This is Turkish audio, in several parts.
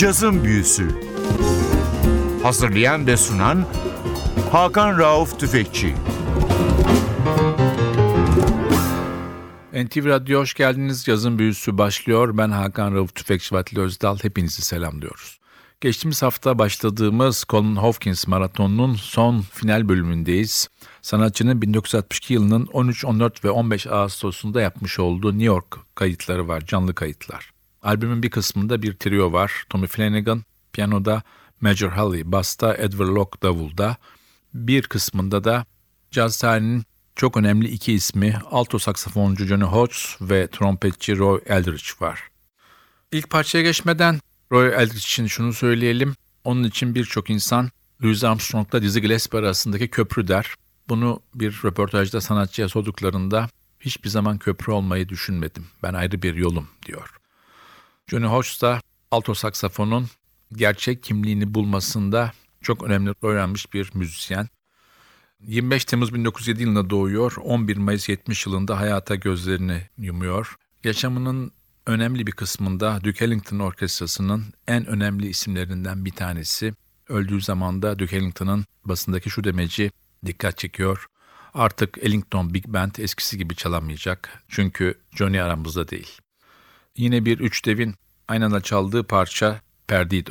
Cazın Büyüsü. Hazırlayan ve sunan Hakan Rauf Tüfekçi. NTV Radyo hoş geldiniz. Cazın Büyüsü başlıyor. Ben Hakan Rauf Tüfekçi ve Atilla Özdal. Hepinizi selamlıyoruz. Geçtiğimiz hafta başladığımız Colin Hawkins Maratonu'nun son final bölümündeyiz. Sanatçının 1962 yılının 13, 14 ve 15 Ağustos'unda yapmış olduğu New York kayıtları var, canlı kayıtlar. Albümün bir kısmında bir trio var. Tommy Flanagan piyanoda, Major Halley basta, Edward Locke davulda. Bir kısmında da caz tarihinin çok önemli iki ismi, alto saksafoncu Johnny Hodges ve trompetçi Roy Eldridge var. İlk parçaya geçmeden Roy Eldridge için şunu söyleyelim. Onun için birçok insan Louis Armstrong'la Dizzy Gillespie arasındaki köprü der. Bunu bir röportajda sanatçıya sorduklarında hiçbir zaman köprü olmayı düşünmedim. Ben ayrı bir yolum diyor. Johnny Hodges da alto saksafonun gerçek kimliğini bulmasında çok önemli öğrenmiş bir müzisyen. 25 Temmuz 1907 yılında doğuyor, 11 Mayıs 70 yılında hayata gözlerini yumuyor. Yaşamının önemli bir kısmında Duke Ellington Orkestrası'nın en önemli isimlerinden bir tanesi. Öldüğü zaman da Duke Ellington'ın basındaki şu demeci dikkat çekiyor. Artık Ellington Big Band eskisi gibi çalamayacak çünkü Johnny aramızda değil. Yine bir üç devin aynı anda çaldığı parça Perdido.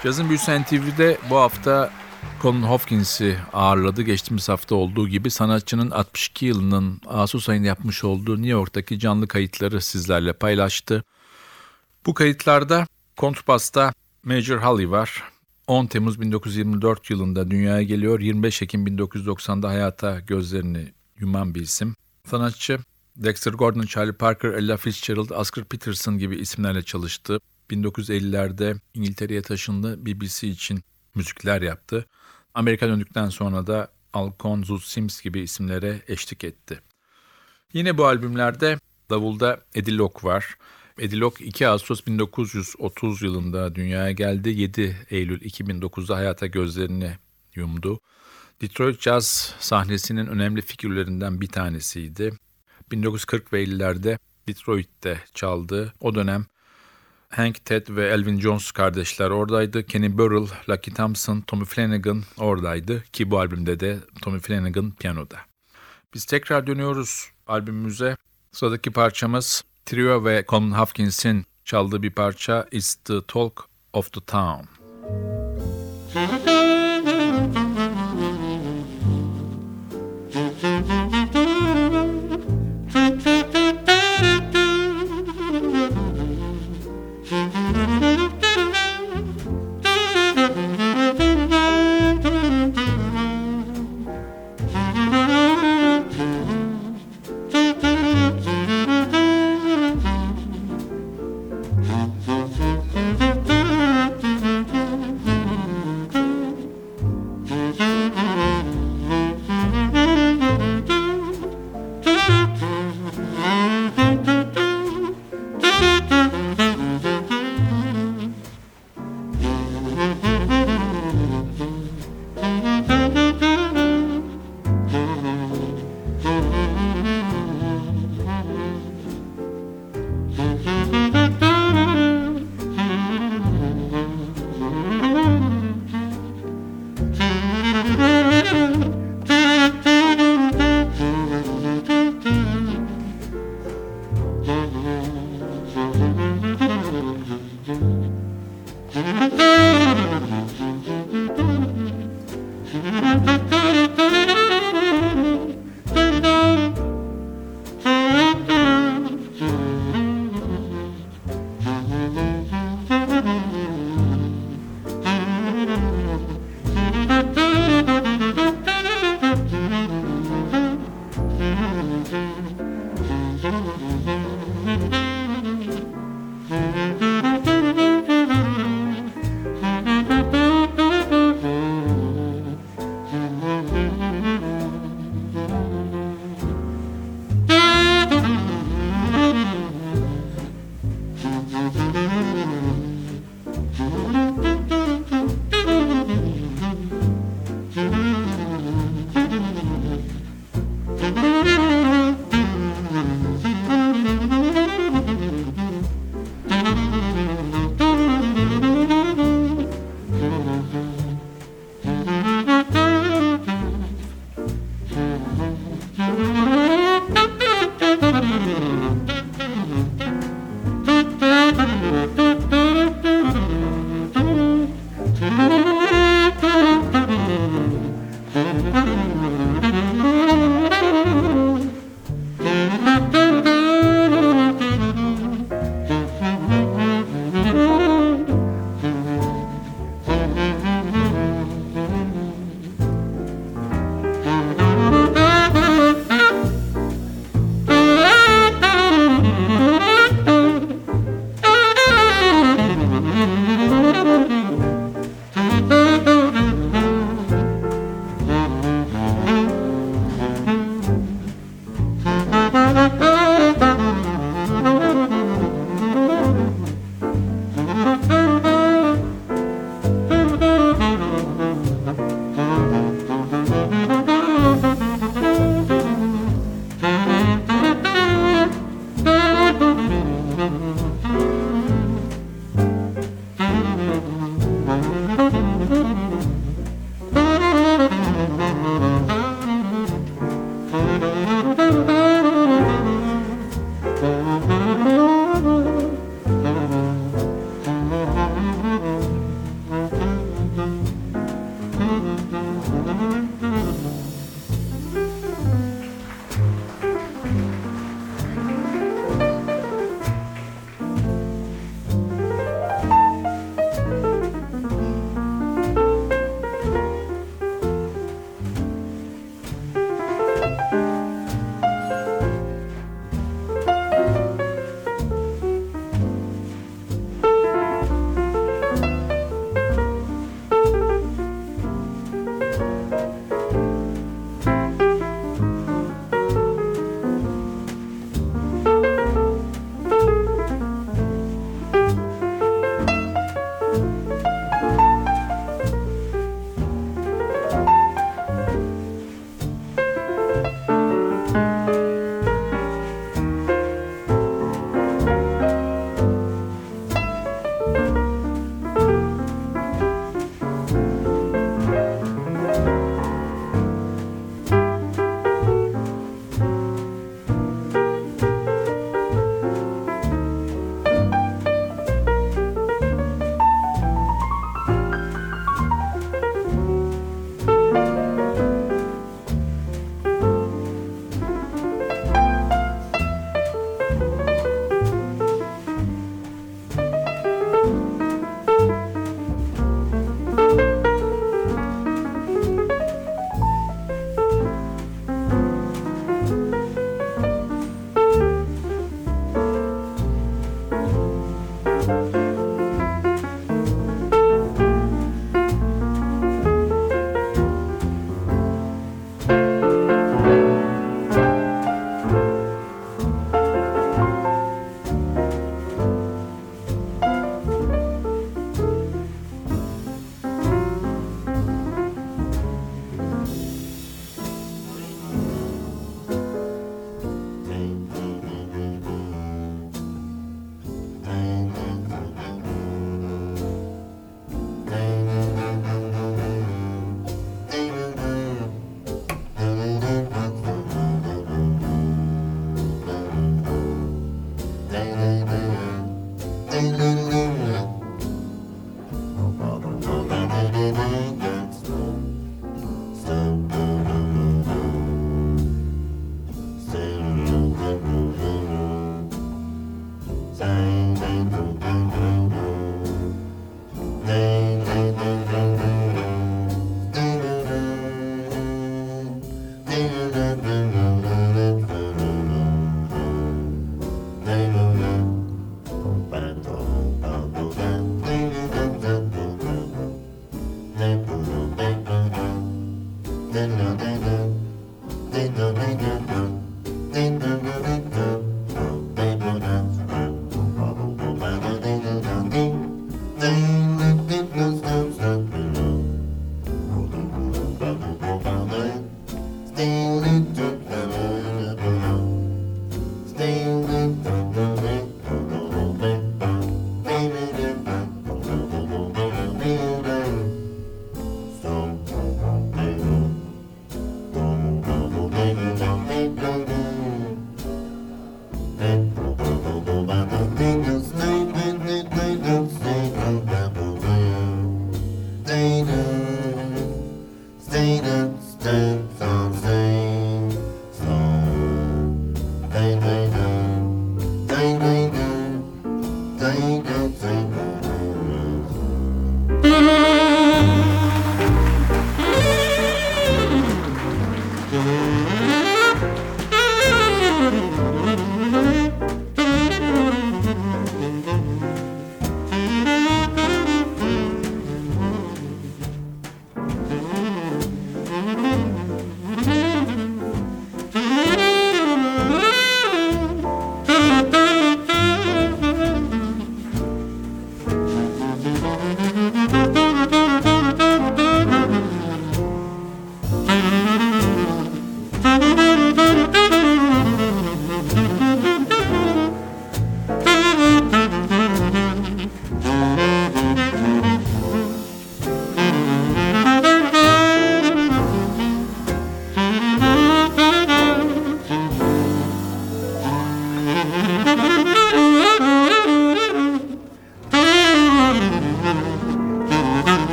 Cazın Büyüsü NTV'de bu hafta Colin Hopkins'i ağırladı. Geçtiğimiz hafta olduğu gibi sanatçının 62 yılının Ağustos ayında yapmış olduğu New York'taki canlı kayıtları sizlerle paylaştı. Bu kayıtlarda kontrbasta Major Holly var. 10 Temmuz 1924 yılında dünyaya geliyor. 25 Ekim 1990'da hayata gözlerini yuman bir isim. Sanatçı Dexter Gordon, Charlie Parker, Ella Fitzgerald, Oscar Peterson gibi isimlerle çalıştı. 1950'lerde İngiltere'ye taşındı, BBC için müzikler yaptı. Amerika döndükten sonra da Alcon, Zoot Sims gibi isimlere eşlik etti. Yine bu albümlerde davulda Eddie Locke var. Eddie Locke 2 Ağustos 1930 yılında dünyaya geldi. 7 Eylül 2009'da hayata gözlerini yumdu. Detroit Jazz sahnesinin önemli figürlerinden bir tanesiydi. 1940 ve 50'lerde Detroit'te çaldı. O dönem Hank, Ted ve Elvin Jones kardeşler oradaydı. Kenny Burrell, Lucky Thompson, Tommy Flanagan oradaydı ki bu albümde de Tommy Flanagan piyanoda. Biz tekrar dönüyoruz albümümüze. Sıradaki parçamız Trio ve Colin Hopkins'in çaldığı bir parça It's the Talk of the Town.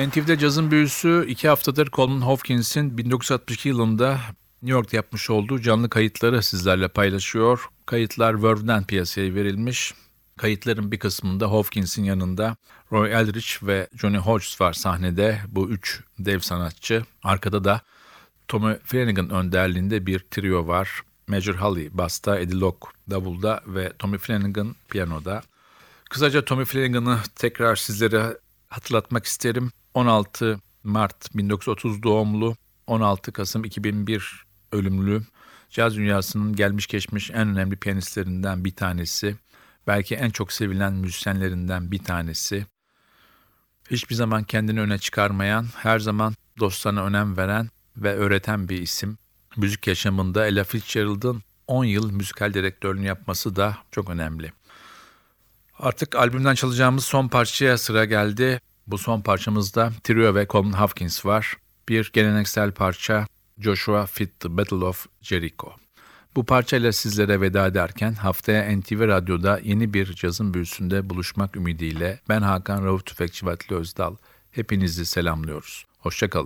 NTV'de cazın büyüsü 2 haftadır Coleman Hawkins'in 1962 yılında New York'ta yapmış olduğu canlı kayıtları sizlerle paylaşıyor. Kayıtlar Verve'den piyasaya verilmiş. Kayıtların bir kısmında Hawkins'in yanında Roy Eldridge ve Johnny Hodges var sahnede. Bu 3 dev sanatçı. Arkada da Tommy Flanagan önderliğinde bir trio var. Major Holly basta, Eddie Locke davulda ve Tommy Flanagan piyanoda. Kısaca Tommy Flanagan'ı tekrar sizlere hatırlatmak isterim. 16 Mart 1930 doğumlu, 16 Kasım 2001 ölümlü, caz dünyasının gelmiş geçmiş en önemli piyanistlerinden bir tanesi. Belki en çok sevilen müzisyenlerinden bir tanesi. Hiçbir zaman kendini öne çıkarmayan, her zaman dostlarına önem veren ve öğreten bir isim. Müzik yaşamında Ella Fitzgerald'ın 10 yıl müzikal direktörlüğünü yapması da çok önemli. Artık albümden çalacağımız son parçaya sıra geldi. Bu son parçamızda trio ve Coleman Hawkins var. Bir geleneksel parça Joshua Fit The Battle of Jericho. Bu parçayla sizlere veda ederken haftaya NTV Radyo'da yeni bir cazın büyüsünde buluşmak ümidiyle ben Hakan Rauf Tüfekçi ve Atilla Özdal. Hepinizi selamlıyoruz. Hoşça kalın.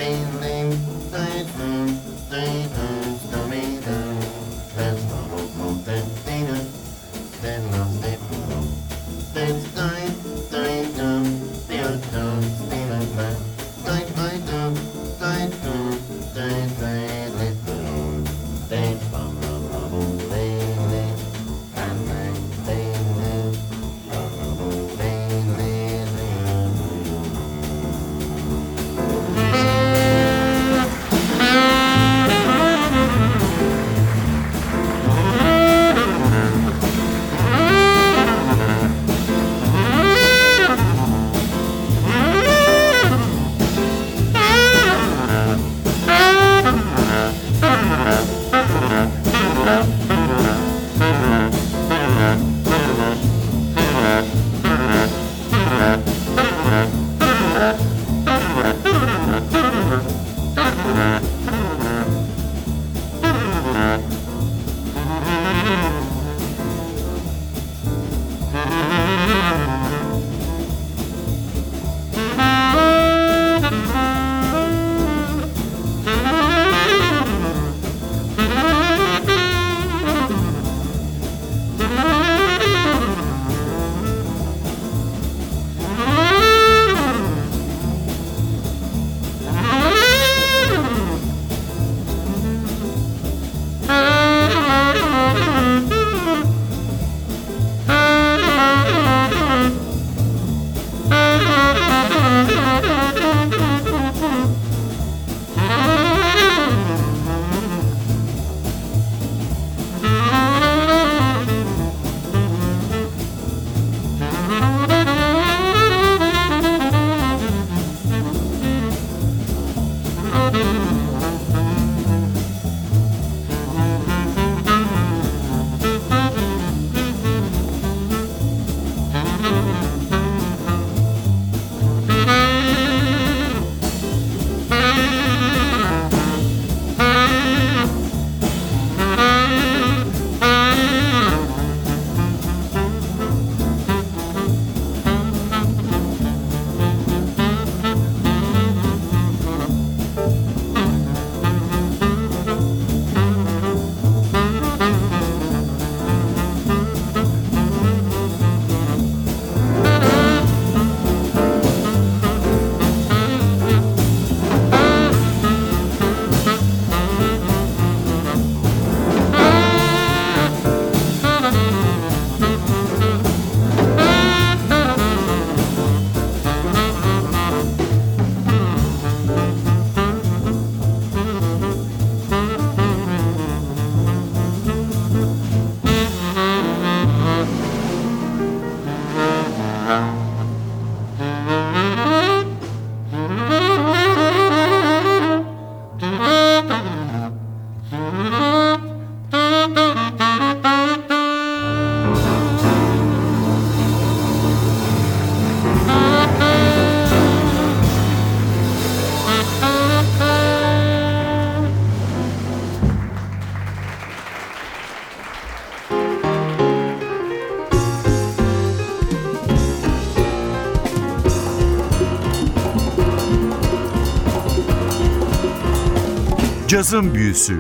Cazın Büyüsü.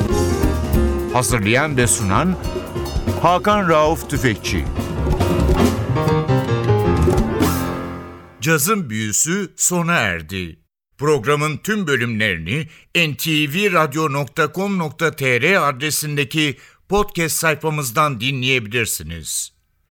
Hazırlayan ve sunan Hakan Rauf Tüfekçi. Cazın Büyüsü sona erdi. Programın tüm bölümlerini ntvradio.com.tr adresindeki podcast sayfamızdan dinleyebilirsiniz.